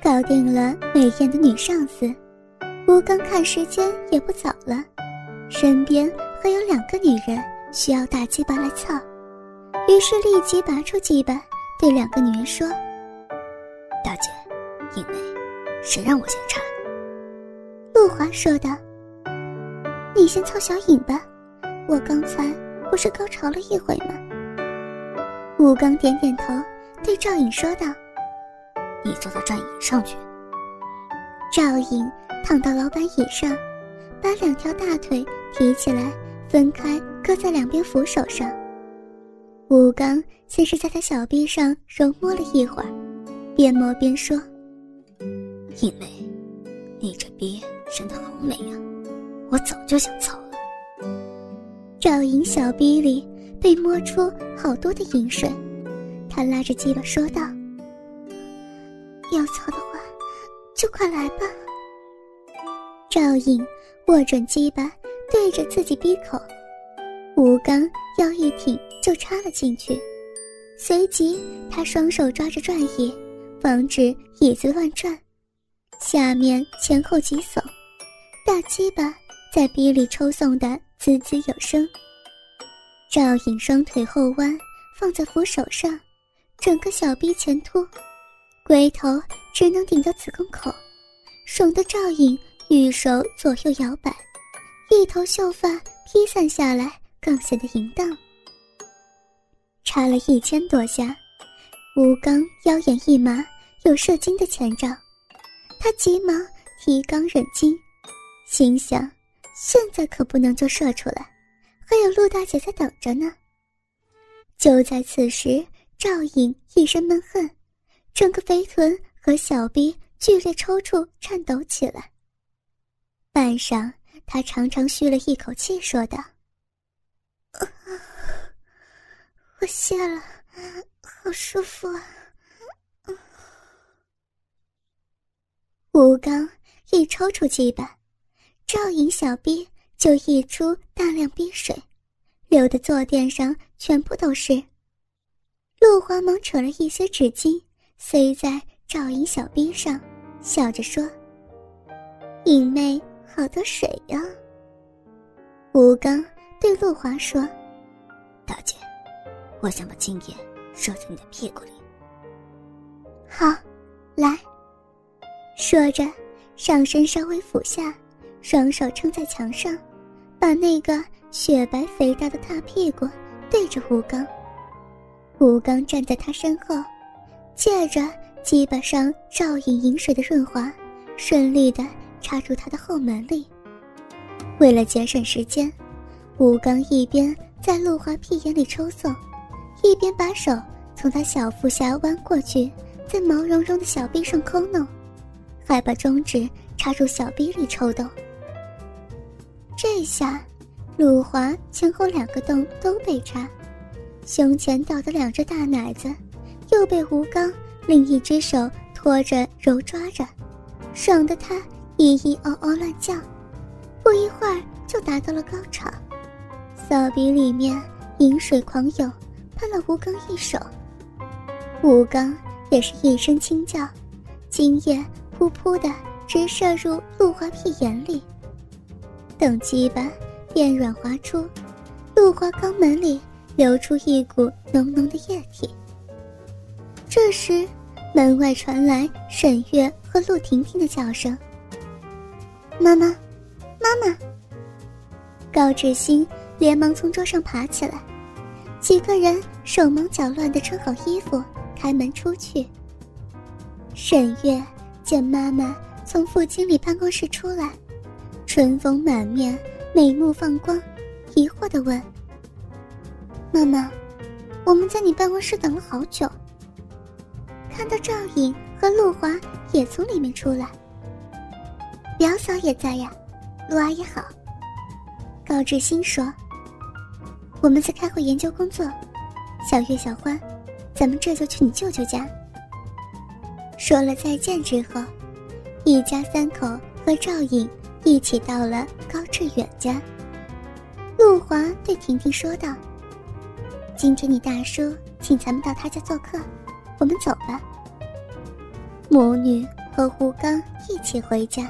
搞定了美艳的女上司，吴刚看时间也不早了，身边还有2个女人需要大鸡巴来操，于是立即拔出鸡巴对2个女人说： 大姐，因为谁让我先插？ 陆华说道：你先操小颖吧，我刚才不是高潮了一会吗？吴刚点点头，对赵颖说道： 你坐到转椅上去。 赵颖躺到老板椅上，把2条大腿提起来分开搁在2边扶手上。吴刚先是在他小臂上揉摸了一会儿，边摸边说： 因为你这逼生得好美啊，我早就想操了。 赵颖小逼里被摸出好多的饮水，他拉着鸡巴说道：要操的话就快来吧。赵颖握准鸡巴对着自己逼口，吴刚腰一挺就插了进去，随即他双手抓着转椅，防止椅子乱转，下面前后急耸，大鸡巴在逼里抽送的滋滋有声。赵颖双腿后弯放在扶手上，整个小逼前凸，龟头只能顶到子宫口，爽得赵颖玉手左右摇摆，一头秀发披散下来，更显得淫荡。插了1000多下，吴刚腰眼一麻，有射精的前兆，他急忙提肛忍精，心想现在可不能就射出来，还有陆大姐在等着呢。就在此时，赵颖一身闷恨，整个肥臀和小臂剧烈抽搐颤抖起来。半晌，他长长吁了一口气说道：我泄了，好舒服啊。吴刚一抽出鸡巴，赵颖小臂就溢出大量逼水，流的坐垫上全部都是。陆华忙扯了一些纸巾塞在赵颖小臂上，笑着说：颖妹好多水呀。吴刚对陆华说： 大姐，我想把精液射进你的屁股里。 好，来。说着上身稍微俯下，双手撑在墙上，把那个雪白肥大的大屁股对着吴刚。吴刚站在他身后，借着鸡巴上照引饮水的润滑，顺利地插入他的后门里。为了节省时间，吴刚一边在陆华屁眼里抽送，一边把手从他小腹下弯过去，在毛茸茸的小臂上抠弄，还把中指插入小臂里抽动。这下陆华前后2个洞都被插，胸前倒的2只大奶子又被吴刚另一只手拖着揉抓着，爽得他咿咿嗷嗷乱叫，不一会儿就达到了高潮。骚逼里面饮水狂涌，喷了吴刚一手。吴刚也是一声轻叫，精液噗噗的直射入陆华屁眼里。等鸡巴变软滑出，陆华肛门里流出一股浓浓的液体。这时门外传来沈月和陆婷婷的叫声：妈妈，妈妈！高志新连忙从桌上爬起来，几个人手忙脚乱地穿好衣服，开门出去。沈月见妈妈从副经理办公室出来，春风满面，美目放光，疑惑地问：妈妈，我们在你办公室等了好久。看到赵颖和陆华也从里面出来。表嫂也在呀，陆阿姨好。高志新说：我们在开会研究工作，小月小欢，咱们这就去你舅舅家。说了再见之后，一家3口和赵颖一起到了高志远家。陆华对婷婷说道：今天你大叔请咱们到他家做客，我们走吧。母女和胡刚一起回家。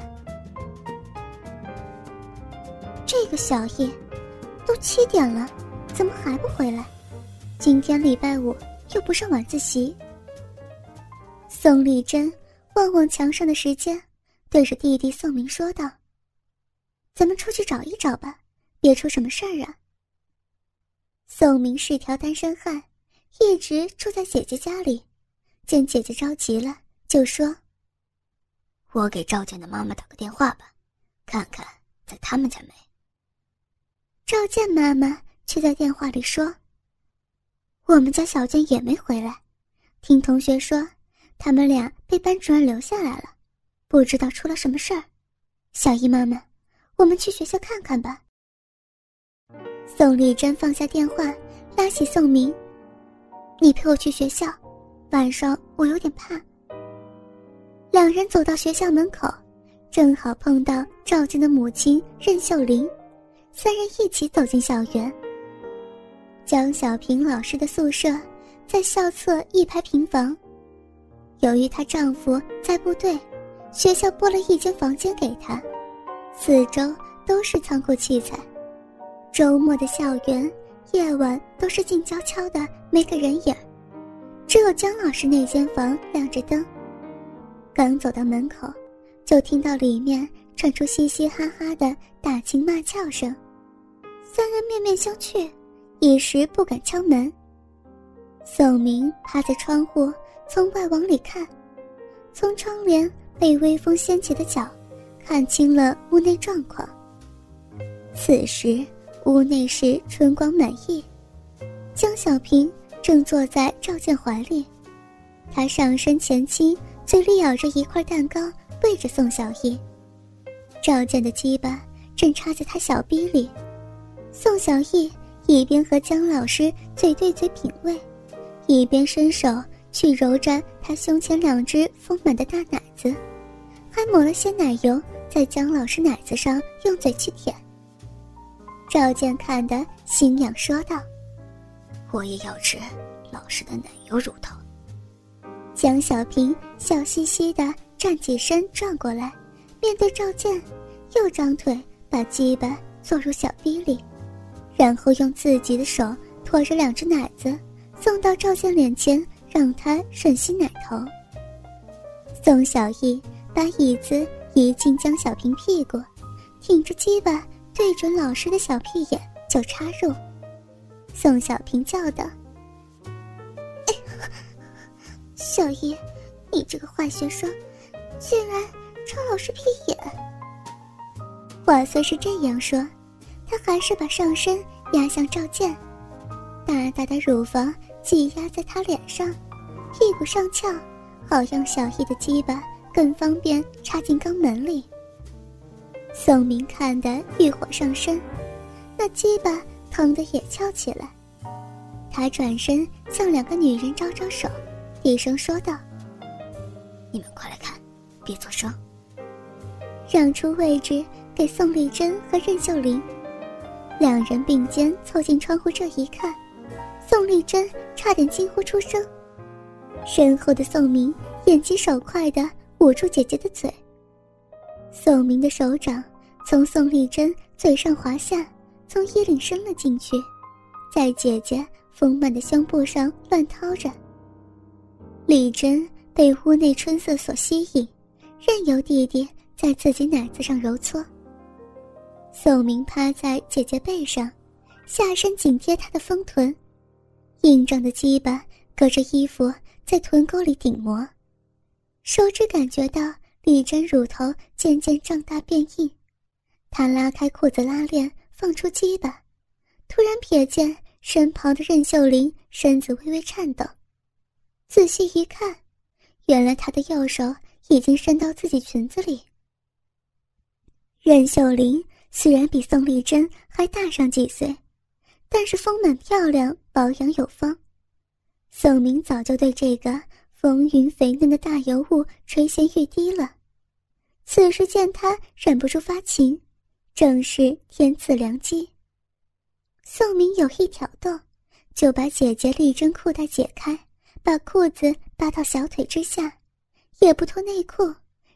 这个小叶，都7点了，怎么还不回来？今天礼拜5又不上晚自习。宋丽珍望望墙上的时间，对着弟弟宋明说道：“咱们出去找一找吧，别出什么事儿啊。”宋明是条单身汉，一直住在姐姐家里，见姐姐着急了，就说：“ 我给赵健的妈妈打个电话吧，看看在他们家没。” 赵健妈妈却在电话里说：“我们家小健也没回来，听同学说他们俩被班主任留下来了，不知道出了什么事儿。小姨妈妈，我们去学校看看吧。”宋丽珍放下电话，拉起宋明：“你陪我去学校，晚上我有点怕。”两人走到学校门口，正好碰到赵健的母亲任秀玲，三人一起走进校园。江小平老师的宿舍在校侧一排平房，由于她丈夫在部队，学校拨了一间房间给她，四周都是仓库器材。周末的校园夜晚都是静悄悄的，没个人影，只有江老师那间房亮着灯。刚走到门口，就听到里面传出嘻嘻哈哈的打情骂俏声，三人面面相觑，一时不敢敲门。宋明趴在窗户从外往里看，从窗帘被微风掀起的角看清了屋内状况。此时屋内是春光满溢，江小平正坐在赵健怀里，他上身前倾，嘴里咬着一块蛋糕，喂着宋小艺。赵健的鸡巴正插在他小逼里，宋小艺一边和江老师嘴对嘴品味，一边伸手去揉着他胸前2只丰满的大奶子，还抹了些奶油在江老师奶子上用嘴去舔。赵健看得心痒，说道：“ 我也要吃老师的奶油乳头。” 江小平笑嘻嘻地站起身转过来，面对赵健，又张腿把鸡巴坐入小逼里，然后用自己的手托着2只奶子送到赵健脸前，让他吮吸奶头。宋小艺把椅子移进江小平屁股，挺着鸡巴对准老师的小屁眼就插入。宋小平叫道：“哎，小艺，你这个坏学生，竟然插老师屁眼！”话虽是这样说，他还是把上身压向赵健，大大的乳房挤压在他脸上，屁股上翘，好让小艺的鸡巴更方便插进肛门里。宋明看得欲火上身，那鸡巴疼得也翘起来。他转身向2个女人招招手，低声说道：“ 你们快来看，别作声。” 让出位置给宋丽珍和任秀玲。2人并肩凑近窗户，这一看，宋丽珍差点惊呼出声。身后的宋明眼疾手快地捂住姐姐的嘴。宋明的手掌从宋丽珍嘴上滑下，从衣领伸了进去，在姐姐丰满的胸部上乱掏着。丽珍被屋内春色所吸引，任由弟弟在自己奶子上揉搓。宋明趴在姐姐背上，下身紧贴她的丰臀，硬胀的鸡巴隔着衣服在臀沟里顶磨，手指感觉到丽珍乳头渐渐胀大变硬。他拉开裤子拉链，放出鸡巴，突然瞥见身旁的任秀玲身子微微颤抖，仔细一看，原来她的右手已经伸到自己裙子里。任秀玲虽然比宋丽珍还大上几岁，但是丰满漂亮，保养有方。宋明早就对这个丰腴肥嫩的大尤物垂涎欲滴了，此时见她忍不住发情，正是天赐良机。宋明有意挑逗，就把姐姐丽珍裤带解开，把裤子扒到小腿之下，也不脱内裤，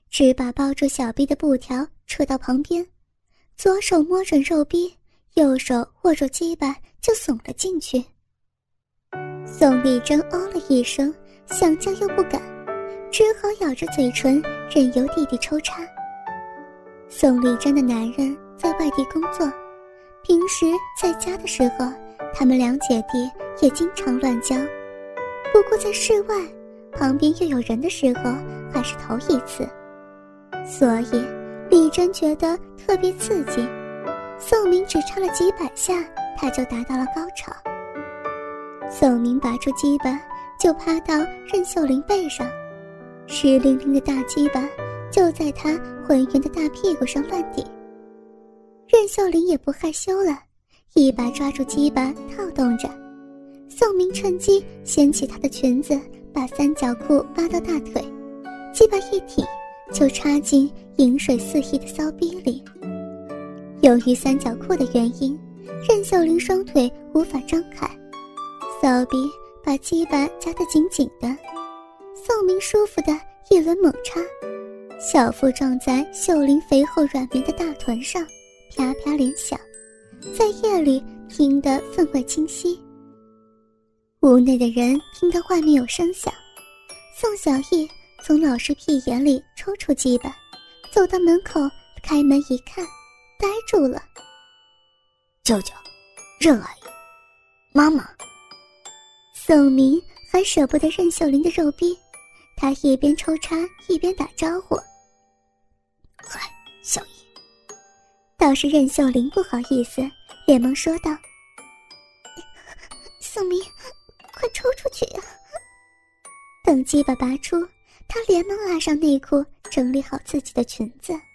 只把包住小臂的布条扯到旁边，左手摸准肉壁，右手握住鸡巴就耸了进去。宋丽珍哦了一声，想叫又不敢，只好咬着嘴唇任由弟弟抽插。宋丽珍的男人在外地工作，平时在家的时候，他们两姐弟也经常乱交。不过在室外，旁边又有人的时候，还是头一次。所以丽珍觉得特别刺激，宋明只插了几百下，他就达到了高潮。宋明拔出鸡巴，就趴到任秀玲背上，湿淋淋的大鸡巴就在他浑圆的大屁股上乱顶。任秀玲也不害羞了，一把抓住鸡巴套动着。宋明趁机掀起她的裙子，把三角裤扒到大腿，鸡巴一挺就插进饮水四溢的骚逼里。由于三角裤的原因，任秀玲双腿无法张开，骚逼把鸡巴夹得紧紧的。宋明舒服的一轮猛插，小腹撞在秀玲肥厚软绵的大臀上，啪啪连响，在夜里听得分外清晰。屋内的人听到外面有声响，宋小艺从老师屁眼里抽出鸡巴，走到门口，开门一看，呆住了。 舅舅，任阿姨，妈妈。 宋明还舍不得任秀玲的肉逼，他一边抽插一边打招呼。 嗨，小姨。 倒是任秀玲不好意思，连忙说道：宋明，快抽出去呀！等鸡巴拔出，他连忙拉上内裤，整理好自己的裙子。